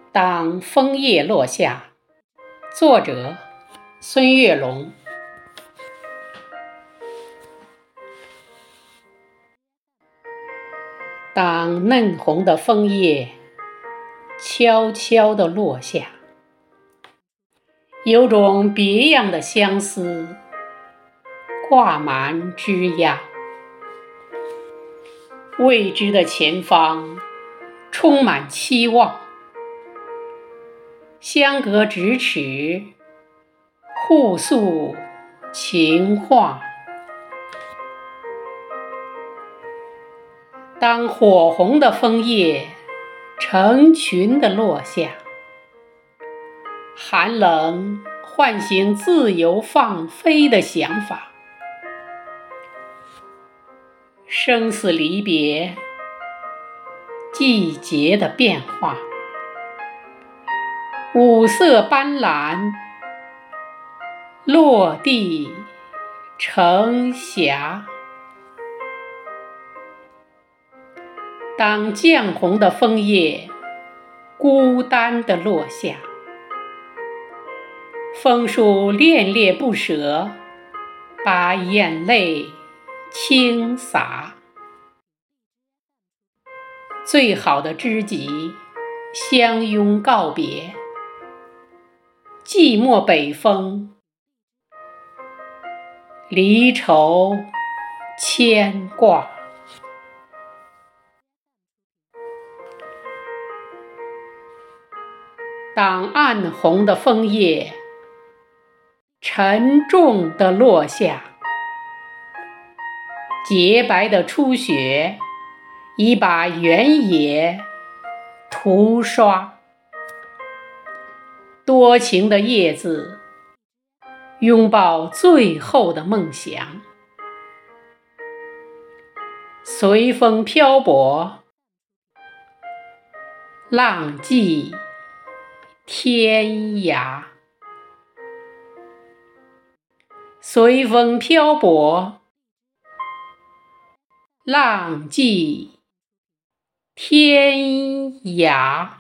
当枫叶落下，作者孙月龙。当嫩红的枫叶悄悄地落下，有种别样的相思挂满枝桠。未知的前方充满期望，相隔咫尺，互诉情话。当火红的枫叶成群地落下，寒冷唤醒自由放飞的想法。生死离别，季节的变化，五色斑斓，落地成霞。当绛红的枫叶孤单地落下，枫树恋恋不舍，把眼泪轻洒。最好的知己相拥告别，寂寞北风，离愁牵挂。当暗红的枫叶沉重地落下，洁白的初雪已把原野涂刷。多情的叶子拥抱最后的梦想，随风漂泊，浪迹天涯。随风漂泊，浪迹天涯。